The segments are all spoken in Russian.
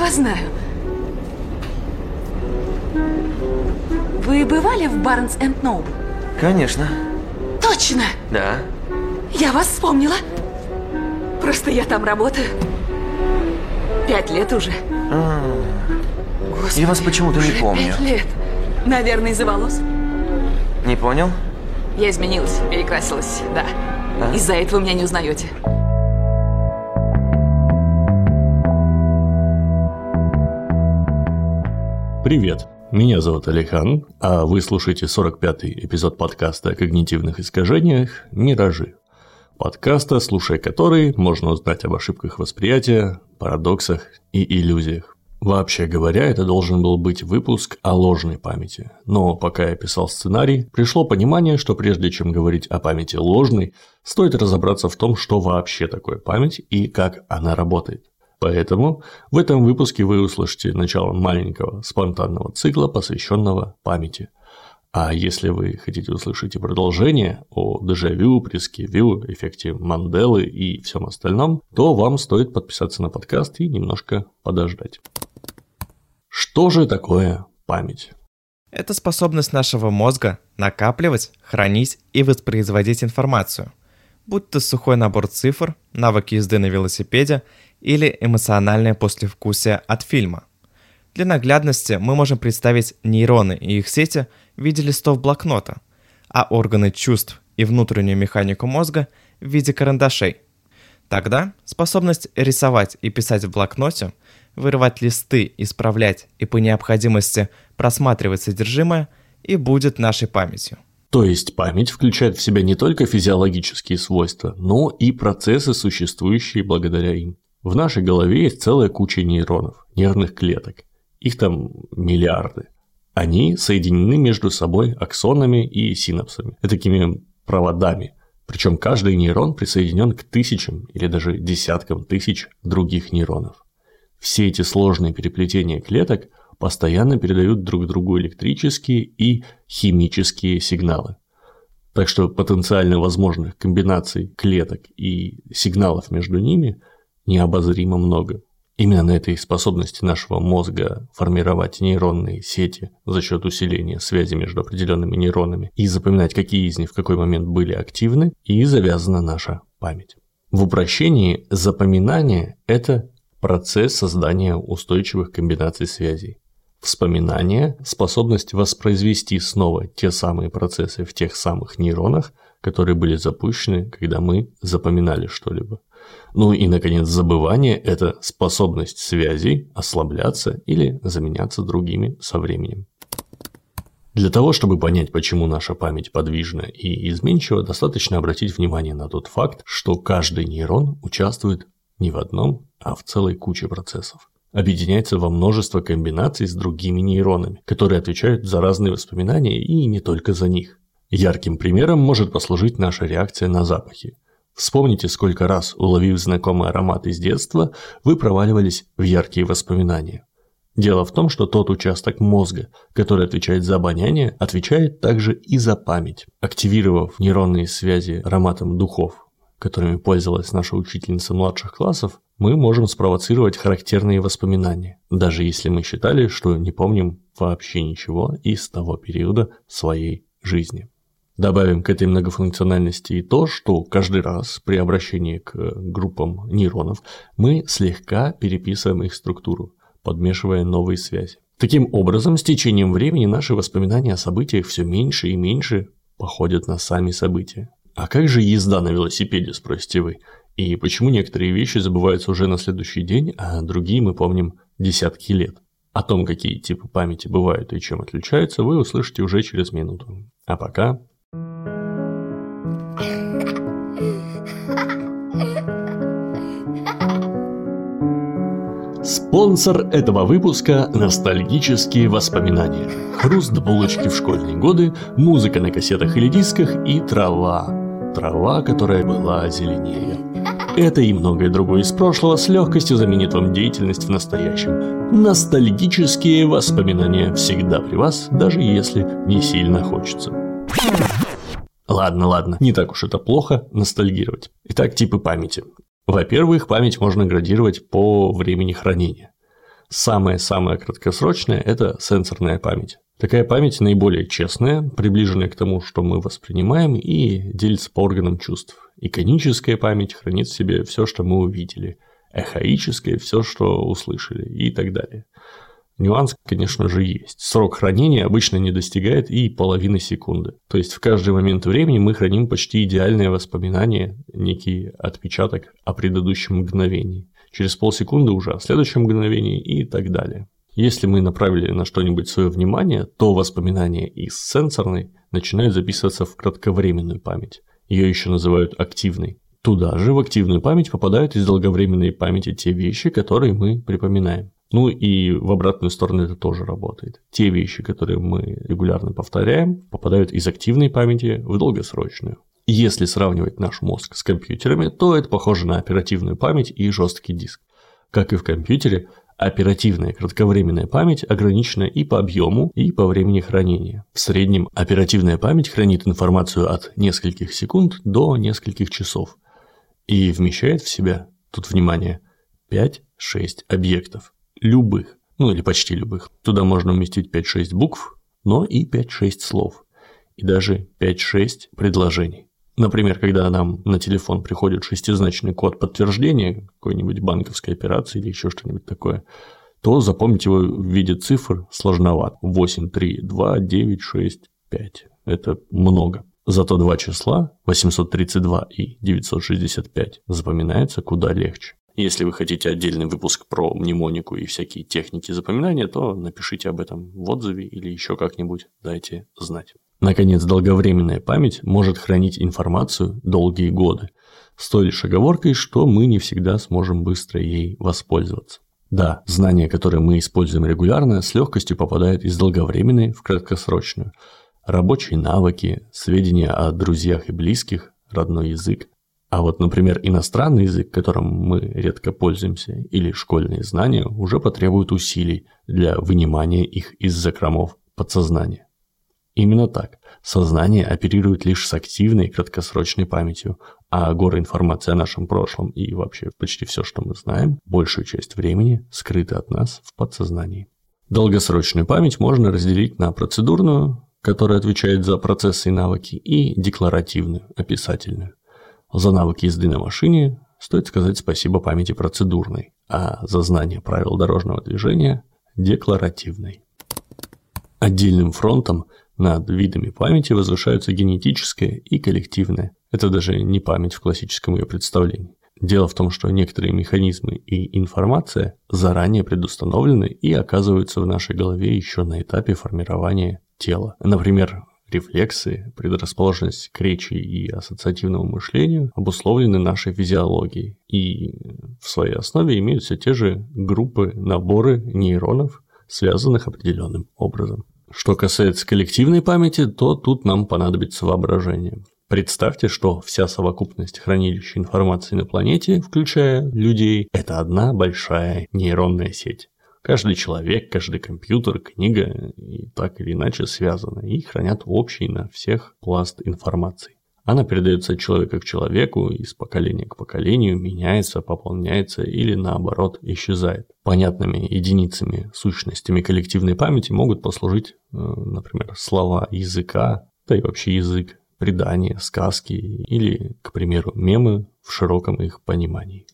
вас знаю. Вы бывали в Barnes & Noble? Конечно. Точно! Да. Я вас вспомнила. Просто я там работаю 5 лет уже. Господи, я вас почему-то не помню. 5 лет. Наверное, из-за волос. Не понял? Я изменилась, перекрасилась, да. Из-за этого меня не узнаете. Привет, меня зовут Алихан, а вы слушаете 45-й эпизод подкаста о когнитивных искажениях «Миражи». Подкаста, слушая который, можно узнать об ошибках восприятия, парадоксах и иллюзиях. Вообще говоря, это должен был быть выпуск о ложной памяти. Но пока я писал сценарий, пришло понимание, что прежде чем говорить о памяти ложной, стоит разобраться в том, что вообще такое память и как она работает. Поэтому в этом выпуске вы услышите начало маленького спонтанного цикла, посвященного памяти. А если вы хотите услышать и продолжение о дежавю, прескивю, эффекте Манделы и всем остальном, то вам стоит подписаться на подкаст и немножко подождать. Что же такое память? Это способность нашего мозга накапливать, хранить и воспроизводить информацию, будь то сухой набор цифр, навыки езды на велосипеде или эмоциональное послевкусие от фильма. Для наглядности мы можем представить нейроны и их сети в виде листов блокнота, а органы чувств и внутреннюю механику мозга в виде карандашей. Тогда способность рисовать и писать в блокноте, вырывать листы, исправлять и по необходимости просматривать содержимое и будет нашей памятью. То есть память включает в себя не только физиологические свойства, но и процессы, существующие благодаря им. В нашей голове есть целая куча нейронов, нервных клеток. Их там миллиарды. Они соединены между собой аксонами и синапсами, такими проводами. Причем каждый нейрон присоединен к тысячам или даже десяткам тысяч других нейронов. Все эти сложные переплетения клеток постоянно передают друг другу электрические и химические сигналы. Так что потенциально возможных комбинаций клеток и сигналов между ними необозримо много. Именно на этой способности нашего мозга формировать нейронные сети за счет усиления связи между определенными нейронами и запоминать, какие из них в какой момент были активны, и завязана наша память. В упрощении запоминание – это процесс создания устойчивых комбинаций связей. Вспоминание – способность воспроизвести снова те самые процессы в тех самых нейронах, которые были запущены, когда мы запоминали что-либо. Ну и, наконец, забывание – это способность связей ослабляться или заменяться другими со временем. Для того, чтобы понять, почему наша память подвижна и изменчива, достаточно обратить внимание на тот факт, что каждый нейрон участвует не в одном, а в целой куче процессов. Объединяется во множество комбинаций с другими нейронами, которые отвечают за разные воспоминания и не только за них. Ярким примером может послужить наша реакция на запахи. Вспомните, сколько раз, уловив знакомый аромат из детства, вы проваливались в яркие воспоминания. Дело в том, что тот участок мозга, который отвечает за обоняние, отвечает также и за память. Активировав нейронные связи ароматом духов, которыми пользовалась наша учительница младших классов, мы можем спровоцировать характерные воспоминания, даже если мы считали, что не помним вообще ничего из того периода своей жизни. Добавим к этой многофункциональности и то, что каждый раз при обращении к группам нейронов мы слегка переписываем их структуру, подмешивая новые связи. Таким образом, с течением времени наши воспоминания о событиях все меньше и меньше походят на сами события. А как же езда на велосипеде, спросите вы? И почему некоторые вещи забываются уже на следующий день, а другие мы помним десятки лет? О том, какие типы памяти бывают и чем отличаются, вы услышите уже через минуту. А пока... Спонсор этого выпуска – ностальгические воспоминания. Хруст булочки в школьные годы, музыка на кассетах или дисках и трава. Трава, которая была зеленее. Это и многое другое из прошлого с легкостью заменит вам деятельность в настоящем. Ностальгические воспоминания всегда при вас, даже если не сильно хочется. Ладно, не так уж это плохо ностальгировать. Итак, типы памяти. Во-первых, память можно градировать по времени хранения. Самая-самая краткосрочная – это сенсорная память. Такая память наиболее честная, приближенная к тому, что мы воспринимаем, и делится по органам чувств. Иконическая память хранит в себе все, что мы увидели, эхаическая – все, что услышали и так далее. Нюанс, конечно же, есть. Срок хранения обычно не достигает и половины секунды. То есть в каждый момент времени мы храним почти идеальное воспоминание, некий отпечаток о предыдущем мгновении. Через полсекунды уже о следующем мгновении и так далее. Если мы направили на что-нибудь свое внимание, то воспоминания из сенсорной начинают записываться в кратковременную память. Ее еще называют активной. Туда же в активную память попадают из долговременной памяти те вещи, которые мы припоминаем. Ну и в обратную сторону это тоже работает. Те вещи, которые мы регулярно повторяем, попадают из активной памяти в долгосрочную. Если сравнивать наш мозг с компьютерами, то это похоже на оперативную память и жесткий диск. Как и в компьютере, оперативная кратковременная память ограничена и по объему, и по времени хранения. В среднем оперативная память хранит информацию от нескольких секунд до нескольких часов и вмещает в себя, тут внимание, 5-6 объектов. Любых, ну или почти любых. Туда можно уместить 5-6 букв, но и 5-6 слов. И даже 5-6 предложений. Например, когда нам на телефон приходит шестизначный код подтверждения какой-нибудь банковской операции или еще что-нибудь такое, то запомнить его в виде цифр сложновато. 8, 3, 2, 9, 6, 5. Это много. Зато два числа, 832 и 965, запоминаются куда легче. Если вы хотите отдельный выпуск про мнемонику и всякие техники запоминания, то напишите об этом в отзыве или еще как-нибудь дайте знать. Наконец, долговременная память может хранить информацию долгие годы, с той лишь оговоркой, что мы не всегда сможем быстро ей воспользоваться. Да, знания, которые мы используем регулярно, с легкостью попадают из долговременной в краткосрочную. Рабочие навыки, сведения о друзьях и близких, родной язык. А вот, например, иностранный язык, которым мы редко пользуемся, или школьные знания уже потребуют усилий для вынимания их из закромов подсознания. Именно так. Сознание оперирует лишь с активной краткосрочной памятью, а горы информации о нашем прошлом и вообще почти все, что мы знаем, большую часть времени скрыты от нас в подсознании. Долгосрочную память можно разделить на процедурную, которая отвечает за процессы и навыки, и декларативную, описательную. За навыки езды на машине стоит сказать спасибо памяти процедурной, а за знание правил дорожного движения – декларативной. Отдельным фронтом над видами памяти возвышаются генетическая и коллективная. Это даже не память в классическом ее представлении. Дело в том, что некоторые механизмы и информация заранее предустановлены и оказываются в нашей голове еще на этапе формирования тела. Например, рефлексы, предрасположенность к речи и ассоциативному мышлению обусловлены нашей физиологией и в своей основе имеют все те же группы, наборы нейронов, связанных определенным образом. Что касается коллективной памяти, то тут нам понадобится воображение. Представьте, что вся совокупность хранилищ информации на планете, включая людей, это одна большая нейронная сеть. Каждый человек, каждый компьютер, книга и так или иначе связаны и хранят общий на всех пласт информации. Она передается от человека к человеку, из поколения к поколению, меняется, пополняется или наоборот исчезает. Понятными единицами, сущностями коллективной памяти могут послужить, например, слова языка, да и вообще язык, предания, сказки или, к примеру, мемы в широком их понимании.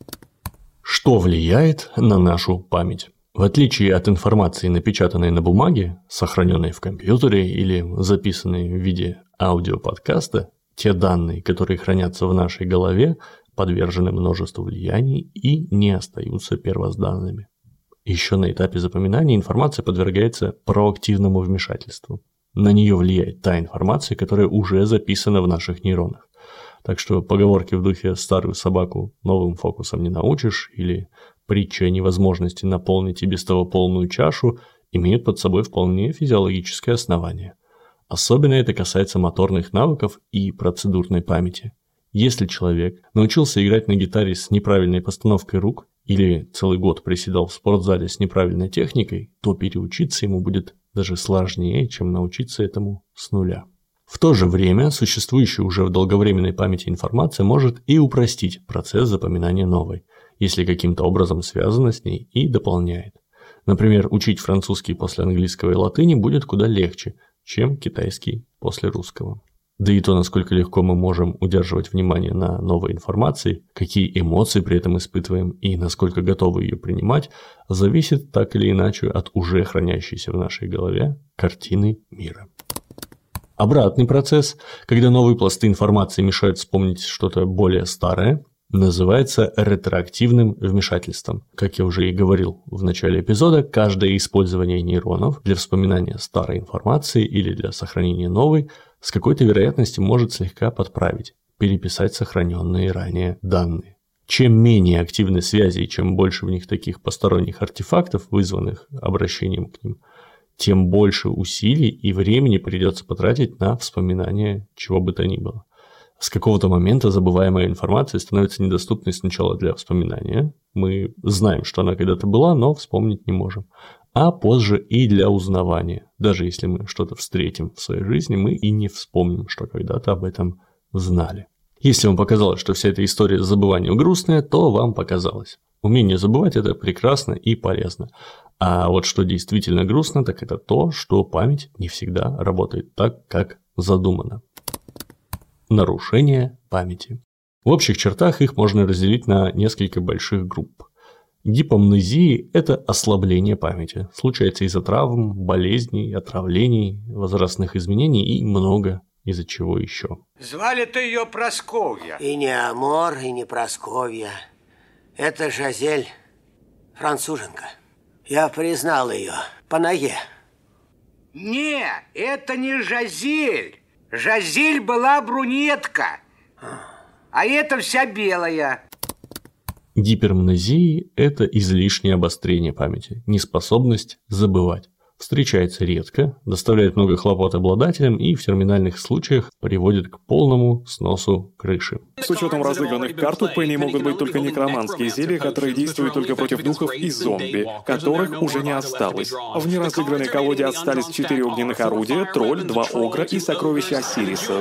Что влияет на нашу память? В отличие от информации, напечатанной на бумаге, сохраненной в компьютере или записанной в виде аудиоподкаста, те данные, которые хранятся в нашей голове, подвержены множеству влияний и не остаются первозданными. Еще на этапе запоминания информация подвергается проактивному вмешательству. На нее влияет та информация, которая уже записана в наших нейронах. Так что поговорки в духе «старую собаку новым фокусом не научишь» или «притча о невозможности наполнить и без того полную чашу» имеют под собой вполне физиологическое основание. Особенно это касается моторных навыков и процедурной памяти. Если человек научился играть на гитаре с неправильной постановкой рук или целый год приседал в спортзале с неправильной техникой, то переучиться ему будет даже сложнее, чем научиться этому с нуля. В то же время существующая уже в долговременной памяти информация может и упростить процесс запоминания новой. если каким-то образом связано с ней и дополняет. Например, учить французский после английского и латыни будет куда легче, чем китайский после русского. Да и то, насколько легко мы можем удерживать внимание на новой информации, какие эмоции при этом испытываем и насколько готовы ее принимать, зависит так или иначе от уже хранящейся в нашей голове картины мира. Обратный процесс, когда новые пласты информации мешают вспомнить что-то более старое, называется ретроактивным вмешательством. Как я уже и говорил в начале эпизода, каждое использование нейронов для вспоминания старой информации или для сохранения новой с какой-то вероятностью может слегка подправить, переписать сохраненные ранее данные. Чем менее активны связи и чем больше в них таких посторонних артефактов, вызванных обращением к ним, тем больше усилий и времени придется потратить на вспоминание чего бы то ни было. С какого-то момента забываемая информация становится недоступной сначала для вспоминания. Мы знаем, что она когда-то была, но вспомнить не можем. А позже и для узнавания. Даже если мы что-то встретим в своей жизни, мы и не вспомним, что когда-то об этом знали. Если вам показалось, что вся эта история с забыванием грустная, то вам показалось. Умение забывать – это прекрасно и полезно. А вот что действительно грустно, так это то, что память не всегда работает так, как задумано. Нарушение памяти. В общих чертах их можно разделить на несколько больших групп. Гипомнезия – это ослабление памяти. Случается из-за травм, болезней, отравлений, возрастных изменений и много из-за чего еще. Звали-то ее Прасковья. И не Амор, и не Прасковья. Это Жазель, француженка. Я признал ее по ноге. Не, это не Жазель. Жазель была брюнетка, а это вся белая. Гипермнезия – это излишнее обострение памяти, неспособность забывать. Встречается редко, доставляет много хлопот обладателям и в терминальных случаях приводит к полному сносу крыши. С учетом разыгранных карт у Пенни могут быть только некроманские зелья, которые действуют только против духов и зомби, которых уже не осталось. В неразыгранной колоде остались 4 огненных орудия, тролль, 2 огра и сокровища Осириса.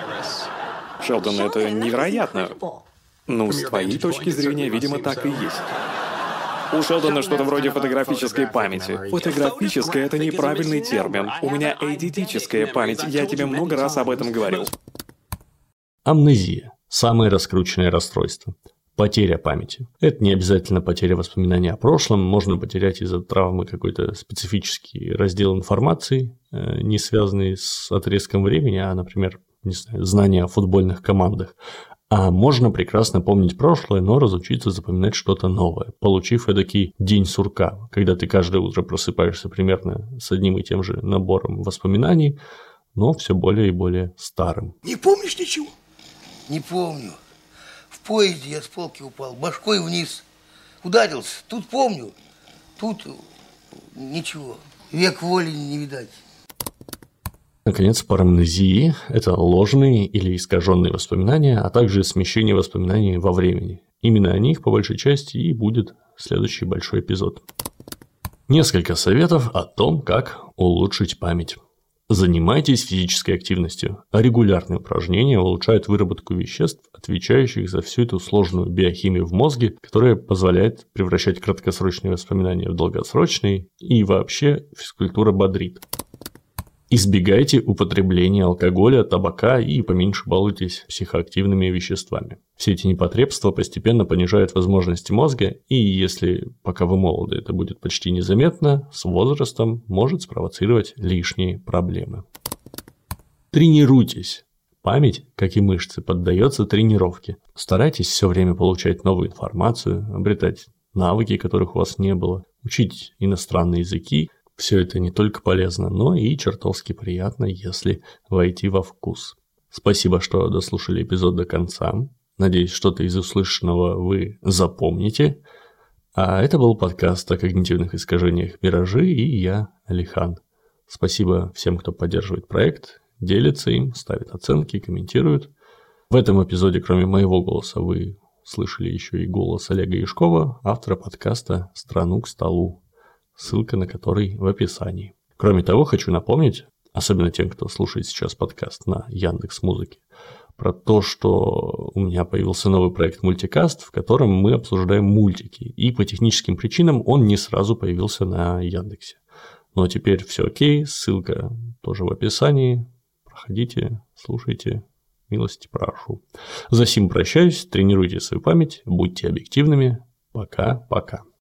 Шелдон, это невероятно. Ну, с твоей точки зрения, видимо, так и есть. У Шелдона что-то вроде фотографической памяти. Фотографическая — это неправильный термин. У меня эйдетическая память, я тебе много раз об этом говорил. Амнезия – самое раскрученное расстройство. Потеря памяти. Это не обязательно потеря воспоминаний о прошлом, можно потерять из-за травмы какой-то специфический раздел информации, не связанный с отрезком времени, а, например, не знаю, знания о футбольных командах. А можно прекрасно помнить прошлое, но разучиться запоминать что-то новое, получив эдакий день сурка, когда ты каждое утро просыпаешься примерно с одним и тем же набором воспоминаний, но все более и более старым. Не помнишь ничего? Не помню. В поезде я с полки упал, башкой вниз, ударился. Тут помню, тут ничего. Век воли не видать. Наконец, парамнезия – это ложные или искаженные воспоминания, а также смещение воспоминаний во времени. Именно о них, по большей части, и будет следующий большой эпизод. Несколько советов о том, как улучшить память. Занимайтесь физической активностью. Регулярные упражнения улучшают выработку веществ, отвечающих за всю эту сложную биохимию в мозге, которая позволяет превращать краткосрочные воспоминания в долгосрочные, и вообще физкультура бодрит. Избегайте употребления алкоголя, табака и поменьше балуйтесь психоактивными веществами. Все эти непотребства постепенно понижают возможности мозга, и если пока вы молоды это будет почти незаметно, с возрастом может спровоцировать лишние проблемы. Тренируйтесь. Память, как и мышцы, поддается тренировке. Старайтесь все время получать новую информацию, обретать навыки, которых у вас не было, учить иностранные языки. Все это не только полезно, но и чертовски приятно, если войти во вкус. Спасибо, что дослушали эпизод до конца. Надеюсь, что-то из услышанного вы запомните. А это был подкаст о когнитивных искажениях «Миражи», и я, Алихан. Спасибо всем, кто поддерживает проект, делится им, ставит оценки, комментирует. В этом эпизоде, кроме моего голоса, вы слышали еще и голос Олега Яшкова, автора подкаста «Страну к столу», ссылка на который в описании. Кроме того, хочу напомнить, особенно тем, кто слушает сейчас подкаст на Яндекс.Музыке, про то, что у меня появился новый проект «Мультикаст», в котором мы обсуждаем мультики, и по техническим причинам он не сразу появился на Яндексе. Но теперь все окей, ссылка тоже в описании, проходите, слушайте, милости прошу. За сим прощаюсь, тренируйте свою память, будьте объективными, пока-пока.